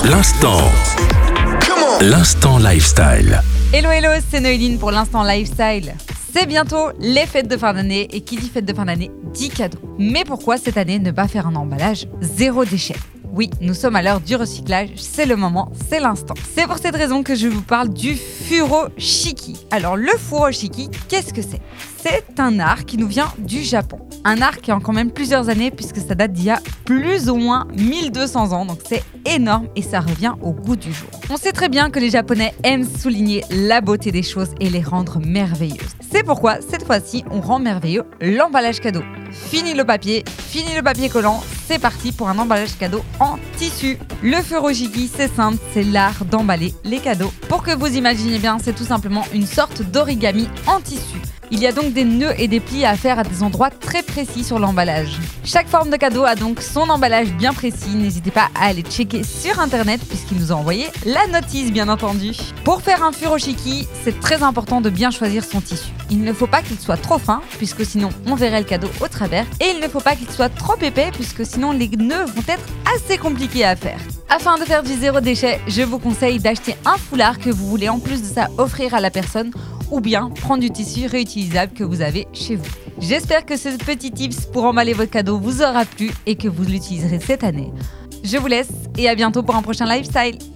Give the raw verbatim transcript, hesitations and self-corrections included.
L'instant. L'instant lifestyle. Hello hello, c'est Noéline pour l'instant lifestyle. C'est bientôt les fêtes de fin d'année et qui dit fête de fin d'année dit cadeau. Mais pourquoi cette année ne pas faire un emballage zéro déchet ? Oui, nous sommes à l'heure du recyclage, c'est le moment, c'est l'instant. C'est pour cette raison que je vous parle du furoshiki. Alors le furoshiki, qu'est-ce que c'est ? C'est un art qui nous vient du Japon. Un art qui a quand même plusieurs années puisque ça date d'il y a plus ou moins mille deux cents ans, donc c'est énorme et ça revient au goût du jour. On sait très bien que les Japonais aiment souligner la beauté des choses et les rendre merveilleuses. C'est pourquoi cette fois-ci, on rend merveilleux l'emballage cadeau. Fini le papier, fini le papier collant, c'est parti pour un emballage cadeau en tissu. Le furoshiki, c'est simple, c'est l'art d'emballer les cadeaux. Pour que vous imaginez bien, c'est tout simplement une sorte d'origami en tissu. Il y a donc des nœuds et des plis à faire à des endroits très précis sur l'emballage. Chaque forme de cadeau a donc son emballage bien précis. N'hésitez pas à aller checker sur internet puisqu'il nous a envoyé la notice bien entendu. Pour faire un furoshiki, c'est très important de bien choisir son tissu. Il ne faut pas qu'il soit trop fin puisque sinon on verrait le cadeau au travers et il ne faut pas qu'il soit trop épais puisque sinon les nœuds vont être assez compliqués à faire. Afin de faire du zéro déchet, je vous conseille d'acheter un foulard que vous voulez en plus de ça offrir à la personne ou bien prendre du tissu réutilisable que vous avez chez vous. J'espère que ce petit tips pour emballer votre cadeau vous aura plu et que vous l'utiliserez cette année. Je vous laisse et à bientôt pour un prochain lifestyle.